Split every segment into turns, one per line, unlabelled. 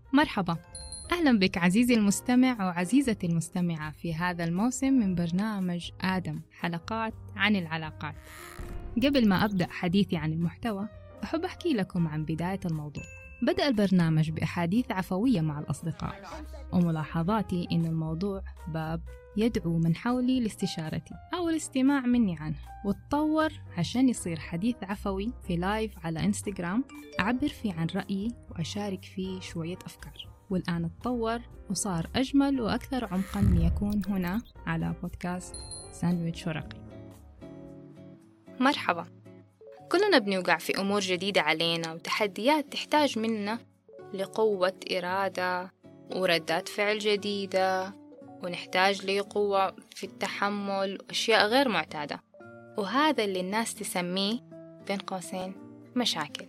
مرحبا، أهلا بك عزيزي المستمع وعزيزتي المستمعة في هذا الموسم من برنامج آدم، حلقات عن العلاقات. قبل ما أبدأ حديثي عن المحتوى أحب أحكي لكم عن بداية الموضوع. بدأ البرنامج بأحاديث عفوية مع الأصدقاء وملاحظاتي إن الموضوع باب يدعو من حولي لاستشارتي أو الاستماع مني عنه، وتطور عشان يصير حديث عفوي في لايف على إنستغرام أعبر فيه عن رأيي وأشارك فيه شوية أفكار. والآن تطور وصار أجمل وأكثر عمقا ليكون هنا على بودكاست ساندويتش ورقي. مرحبا، كلنا بنوقع في أمور جديدة علينا وتحديات تحتاج منا لقوة إرادة وردات فعل جديدة، ونحتاج لقوة في التحمل وأشياء غير معتادة، وهذا اللي الناس تسميه بين قوسين مشاكل.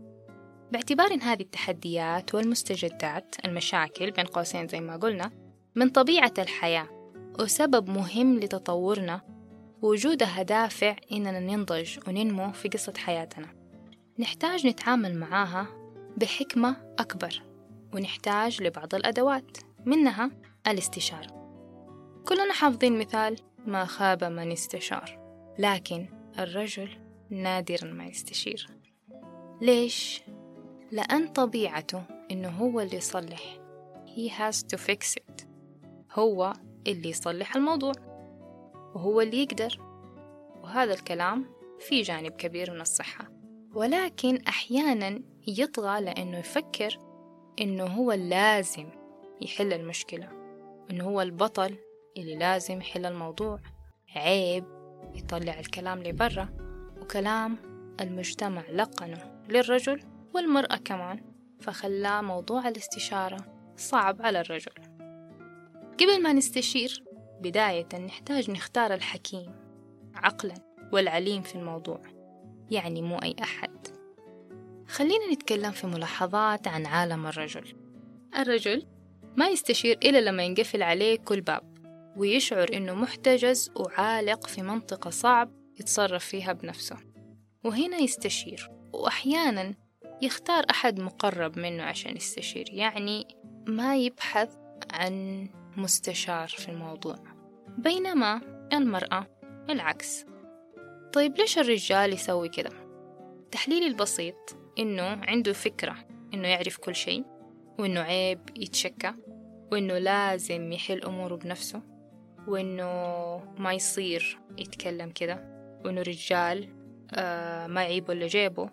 باعتبار إن هذه التحديات والمستجدات المشاكل بين قوسين زي ما قلنا من طبيعة الحياة وسبب مهم لتطورنا، ووجودها دافع إننا ننضج وننمو في قصة حياتنا، نحتاج نتعامل معاها بحكمة أكبر، ونحتاج لبعض الأدوات منها الاستشارة. كلنا حافظين مثال ما خاب من استشار، لكن الرجل نادرا ما يستشير. ليش؟ لأن طبيعته إنه هو اللي يصلح. He has to fix it. هو اللي يصلح الموضوع وهو اللي يقدر، وهذا الكلام فيه جانب كبير من الصحة، ولكن أحيانا يطغى لأنه يفكر إنه هو لازم يحل المشكلة، إنه هو البطل اللي لازم يحل الموضوع. عيب يطلع الكلام لبرا، وكلام المجتمع لقنه للرجل والمرأة كمان، فخلاه موضوع الاستشارة صعب على الرجل. قبل ما نستشير بداية نحتاج نختار الحكيم عقلا والعليم في الموضوع، يعني مو أي أحد. خلينا نتكلم في ملاحظات عن عالم الرجل. الرجل ما يستشير إلا لما ينقفل عليه كل باب ويشعر إنه محتجز وعالق في منطقة صعب يتصرف فيها بنفسه، وهنا يستشير. وأحيانا يختار أحد مقرب منه عشان يستشير، يعني ما يبحث عن مستشار في الموضوع، بينما المرأة العكس. طيب ليش الرجال يسوي كده؟ تحليلي البسيط إنه عنده فكرة إنه يعرف كل شيء، وإنه عيب يتشكى، وإنه لازم يحل أموره بنفسه، وإنه ما يصير يتكلم كده، وإنه رجال ما يعيب ولا جيبه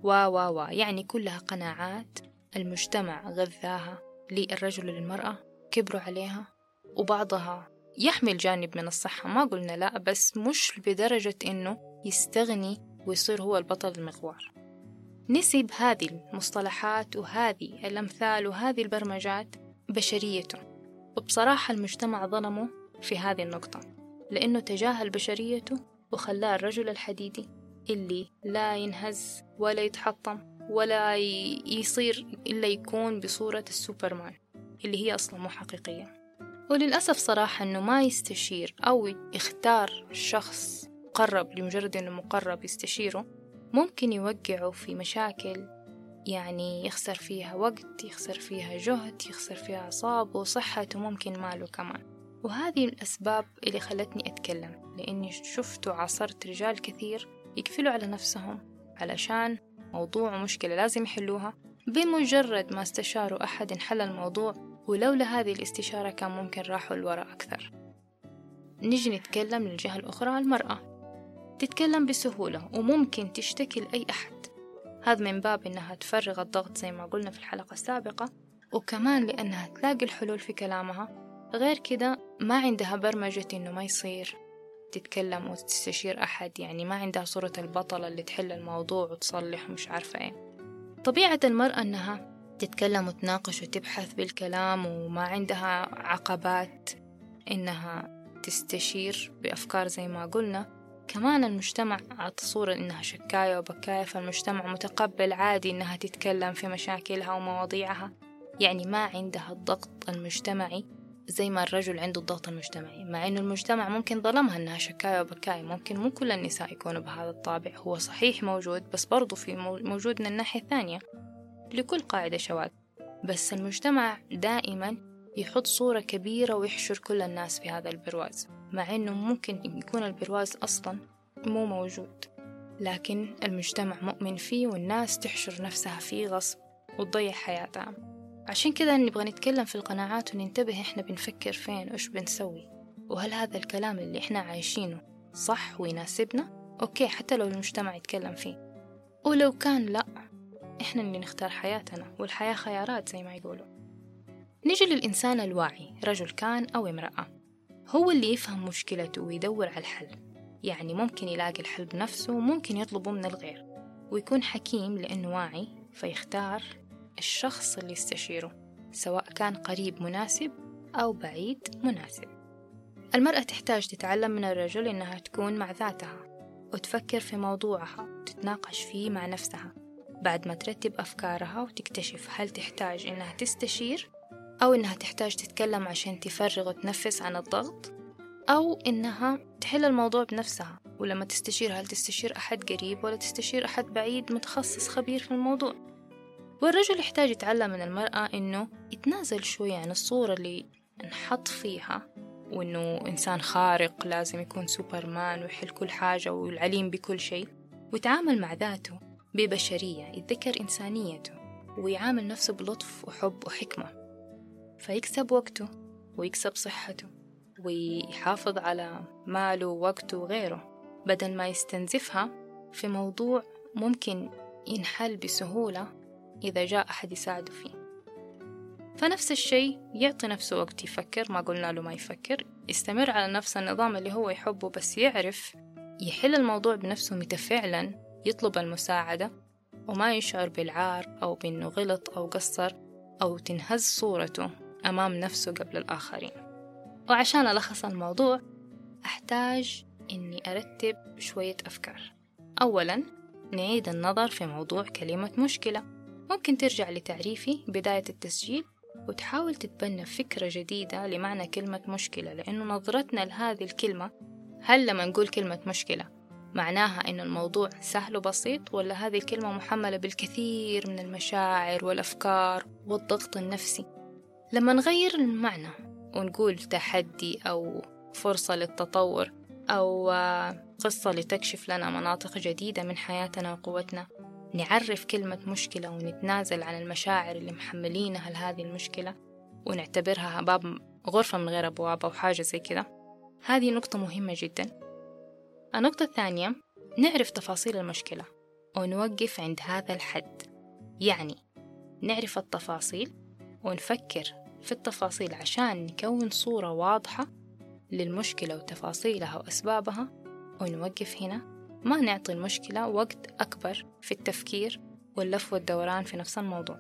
يعني كلها قناعات المجتمع غذاها للرجل وللمرأة، كبروا عليها، وبعضها يحمل جانب من الصحة، ما قلنا لا، بس مش بدرجة إنه يستغني ويصير هو البطل المغوار. نسب هذه المصطلحات وهذه الأمثال وهذه البرمجات بشريته، وبصراحة المجتمع ظلمه في هذه النقطة، لأنه تجاهل بشريته وخلاه الرجل الحديدي اللي لا ينهز ولا يتحطم ولا يصير إلا يكون بصورة السوبرمان اللي هي أصلا مو حقيقية. وللأسف صراحة أنه ما يستشير أو يختار شخص مقرب لمجرد أنه مقرب يستشيره ممكن يوقعه في مشاكل، يعني يخسر فيها وقت، يخسر فيها جهد، يخسر فيها أعصابه وصحته، ممكن ماله كمان. وهذه الأسباب اللي خلتني أتكلم، لأني شفت وعاصرت رجال كثير يقفلوا على نفسهم علشان موضوع ومشكلة لازم يحلوها، بمجرد ما استشاروا أحد انحل الموضوع، ولولا هذه الاستشارة كان ممكن راحوا الوراء أكثر. نيجي نتكلم للجهة الأخرى، المرأة تتكلم بسهولة وممكن تشتكي لأي أحد، هذا من باب إنها تفرغ الضغط زي ما قلنا في الحلقة السابقة، وكمان لأنها تلاقي الحلول في كلامها. غير كده ما عندها برمجة إنه ما يصير تتكلم وتستشير أحد، يعني ما عندها صورة البطلة اللي تحل الموضوع وتصلح ومش عارفة إيه. طبيعة المرأة إنها تتكلم وتناقش وتبحث بالكلام، وما عندها عقبات إنها تستشير بأفكار زي ما قلنا. كمان المجتمع عطى صورة إنها شكاية وبكاية، فالمجتمع متقبل عادي إنها تتكلم في مشاكلها ومواضيعها، يعني ما عندها الضغط المجتمعي زي ما الرجل عنده الضغط المجتمعي، مع إنه المجتمع ممكن ظلمها إنها شكاية وبكاية. ممكن مو كل النساء يكونوا بهذا الطابع، هو صحيح موجود، بس برضو في موجود من الناحية الثانية، لكل قاعدة شواذ. بس المجتمع دائما يحط صورة كبيرة ويحشر كل الناس في هذا البرواز، مع إنه ممكن يكون البرواز أصلا مو موجود، لكن المجتمع مؤمن فيه والناس تحشر نفسها فيه غصب وتضيع حياتها. عشان كده نبغى نتكلم في القناعات وننتبه إحنا بنفكر فين وإيش بنسوي، وهل هذا الكلام اللي إحنا عايشينه صح ويناسبنا؟ أوكي، حتى لو المجتمع يتكلم فيه، ولو كان لأ، إحنا اللي نختار حياتنا، والحياة خيارات زي ما يقولوا. نيجي للإنسان الواعي، رجل كان أو امرأة، هو اللي يفهم مشكلته ويدور على الحل. يعني ممكن يلاقي الحل بنفسه وممكن يطلبه من الغير، ويكون حكيم لأنه واعي فيختار الشخص اللي يستشيره، سواء كان قريب مناسب أو بعيد مناسب. المرأة تحتاج تتعلم من الرجل إنها تكون مع ذاتها وتفكر في موضوعها وتتناقش فيه مع نفسها بعد ما ترتب أفكارها وتكتشف هل تحتاج إنها تستشير أو إنها تحتاج تتكلم عشان تفرغ وتنفس عن الضغط، أو إنها تحل الموضوع بنفسها. ولما تستشير هل تستشير أحد قريب ولا تستشير أحد بعيد متخصص خبير في الموضوع. والرجل يحتاج يتعلم من المرأة إنه يتنازل شوية عن الصورة اللي نحط فيها، وإنه إنسان خارق لازم يكون سوبرمان ويحل كل حاجة والعليم بكل شيء، ويتعامل مع ذاته ببشرية، يتذكر إنسانيته ويعامل نفسه بلطف وحب وحكمة، فيكسب وقته ويكسب صحته ويحافظ على ماله ووقته وغيره، بدل ما يستنزفها في موضوع ممكن ينحل بسهولة إذا جاء أحد يساعده فيه. فنفس الشيء، يعطي نفسه وقت يفكر، ما قلنا له ما يفكر، يستمر على نفس النظام اللي هو يحبه، بس يعرف يحل الموضوع بنفسه متى فعلا يطلب المساعدة، وما يشعر بالعار أو بأنه غلط أو قصر أو تنهز صورته أمام نفسه قبل الآخرين. وعشان ألخص الموضوع أحتاج إني أرتب شوية أفكار. أولا، نعيد النظر في موضوع كلمة مشكلة. ممكن ترجع لتعريفي بداية التسجيل وتحاول تتبنى فكرة جديدة لمعنى كلمة مشكلة، لأنه نظرتنا لهذه الكلمة، هل لما نقول كلمة مشكلة معناها إن الموضوع سهل وبسيط، ولا هذه الكلمة محملة بالكثير من المشاعر والأفكار والضغط النفسي؟ لما نغير المعنى ونقول تحدي أو فرصة للتطور أو قصة لتكشف لنا مناطق جديدة من حياتنا وقوتنا، نعرف كلمة مشكلة ونتنازل عن المشاعر اللي محملينها لهذه المشكلة ونعتبرها باب غرفة من غير أبواب أو حاجة زي كده. هذه نقطة مهمة جدا. النقطة الثانية، نعرف تفاصيل المشكلة ونوقف عند هذا الحد، يعني نعرف التفاصيل ونفكر في التفاصيل عشان نكون صورة واضحة للمشكلة وتفاصيلها وأسبابها، ونوقف هنا، ما نعطي المشكلة وقت أكبر في التفكير واللف والدوران في نفس الموضوع.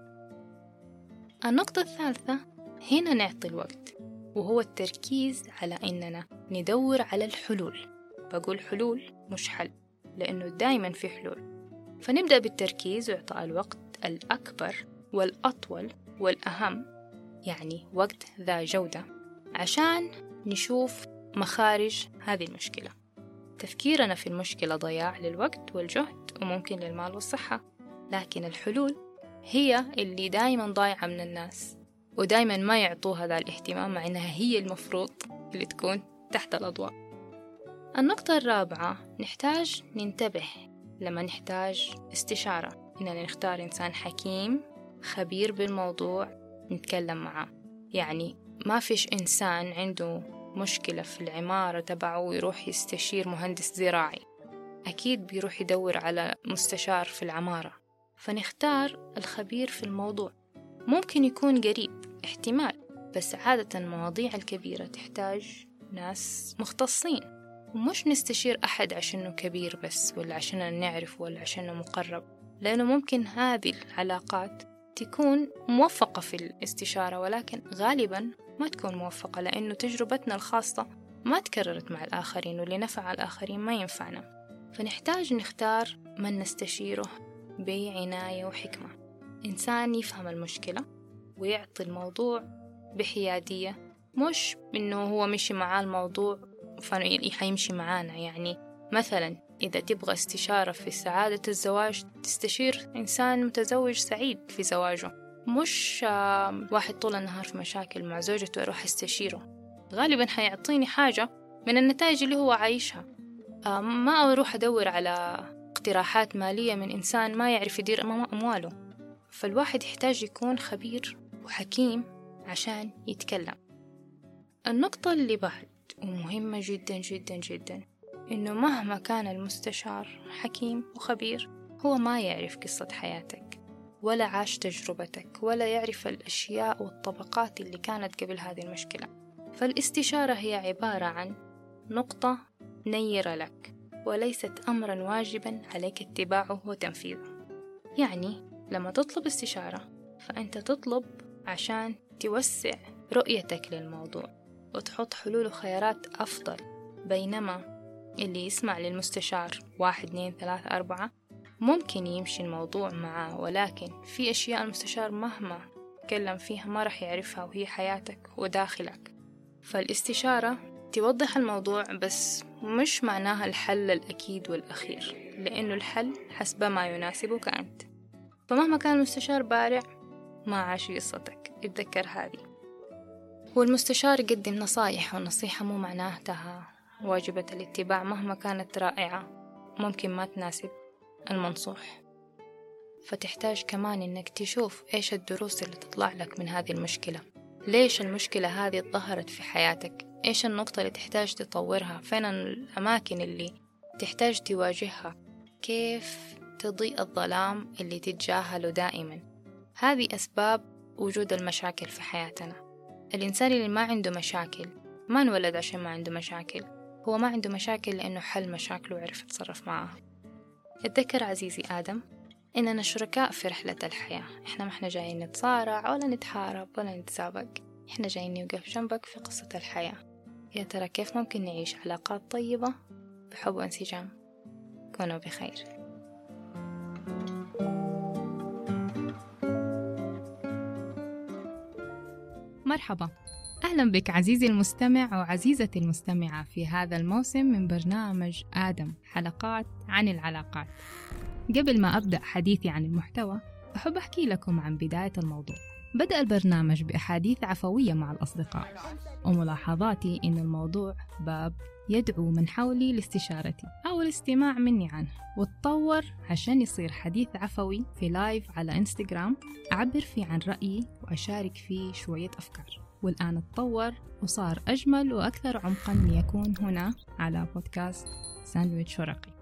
النقطة الثالثة، هنا نعطي الوقت، وهو التركيز على إننا ندور على الحلول. بقول حلول مش حل، لأنه دايما في حلول. فنبدأ بالتركيز وإعطاء الوقت الأكبر والأطول والأهم، يعني وقت ذا جودة، عشان نشوف مخارج هذه المشكلة. تفكيرنا في المشكلة ضياع للوقت والجهد وممكن للمال والصحة، لكن الحلول هي اللي دايما ضايعة من الناس، ودايما ما يعطوها ذا الاهتمام، مع إنها هي المفروض اللي تكون تحت الأضواء. النقطة الرابعة، نحتاج ننتبه لما نحتاج استشارة، إننا نختار إنسان حكيم خبير بالموضوع نتكلم معه. يعني ما فيش إنسان عنده مشكلة في العمارة تبعه ويروح يستشير مهندس زراعي، أكيد بيروح يدور على مستشار في العمارة. فنختار الخبير في الموضوع. ممكن يكون قريب احتمال، بس عادة المواضيع الكبيرة تحتاج ناس مختصين، ومش نستشير أحد عشانه كبير بس، ولا عشان نعرف، ولا عشانه مقرب، لأنه ممكن هذه العلاقات تكون موفقة في الاستشارة، ولكن غالبا ما تكون موفقة، لأنه تجربتنا الخاصة ما تكررت مع الآخرين، واللي نفع الآخرين ما ينفعنا. فنحتاج نختار من نستشيره بعناية وحكمة، إنسان يفهم المشكلة ويعطي الموضوع بحيادية، مش إنه هو مشي معاه الموضوع فحيمشي معانا. يعني مثلا إذا تبغى استشارة في سعادة الزواج، تستشير إنسان متزوج سعيد في زواجه، مش واحد طول النهار في مشاكل مع زوجته أروح استشيره، غالبا حيعطيني حاجة من النتائج اللي هو عايشها. ما أروح أدور على اقتراحات مالية من إنسان ما يعرف يدير أمواله. فالواحد يحتاج يكون خبير وحكيم عشان يتكلم. النقطة اللي بعد ومهمة جدا جدا جدا، إنه مهما كان المستشار حكيم وخبير هو ما يعرف قصة حياتك ولا عاش تجربتك ولا يعرف الأشياء والطبقات اللي كانت قبل هذه المشكلة. فالاستشارة هي عبارة عن نقطة نيرة لك وليست أمرا واجبا عليك اتباعه وتنفيذه. يعني لما تطلب استشارة فأنت تطلب عشان توسع رؤيتك للموضوع وتحط حلول وخيارات أفضل، بينما اللي يسمع للمستشار 1 2 3 4 ممكن يمشي الموضوع معاه، ولكن في أشياء المستشار مهما تكلم فيها ما رح يعرفها وهي حياتك وداخلك. فالاستشارة توضح الموضوع بس مش معناها الحل الأكيد والأخير، لأنه الحل حسب ما يناسبك أنت. فمهما كان المستشار بارع ما عاش قصتك، اتذكر هذه. والمستشار يقدم نصايح، والنصيحة مو معناتها واجبة الاتباع مهما كانت رائعة، ممكن ما تناسب المنصوح. فتحتاج كمان إنك تشوف إيش الدروس اللي تطلع لك من هذه المشكلة، ليش المشكلة هذه ظهرت في حياتك، إيش النقطة اللي تحتاج تطورها، فين الأماكن اللي تحتاج تواجهها، كيف تضيء الظلام اللي تتجاهله دائما. هذه أسباب وجود المشاكل في حياتنا. الإنسان اللي ما عنده مشاكل ما انولد عشان ما عنده مشاكل، هو ما عنده مشاكل لأنه حل مشاكله وعرف يتصرف معها. اتذكر عزيزي آدم إننا شركاء في رحلة الحياة، إحنا ما إحنا جايين نتصارع ولا نتحارب ولا نتسابق، إحنا جايين نوقف جنبك في قصة الحياة. يا ترى كيف ممكن نعيش علاقات طيبة بحب وانسجام؟ كونوا بخير.
مرحبا، أهلا بك عزيزي المستمع وعزيزتي المستمعة في هذا الموسم من برنامج آدم، حلقات عن العلاقات. قبل ما أبدأ حديثي عن المحتوى أحب أحكي لكم عن بداية الموضوع. بدأ البرنامج بأحاديث عفوية مع الأصدقاء وملاحظاتي إن الموضوع باب يدعو من حولي لاستشارتي أو الاستماع مني عنه، وتطور عشان يصير حديث عفوي في لايف على إنستغرام أعبر فيه عن رأيي وأشارك فيه شوية أفكار. والآن تطور وصار أجمل وأكثر عمقا ليكون هنا على بودكاست ساندويتش ورقي.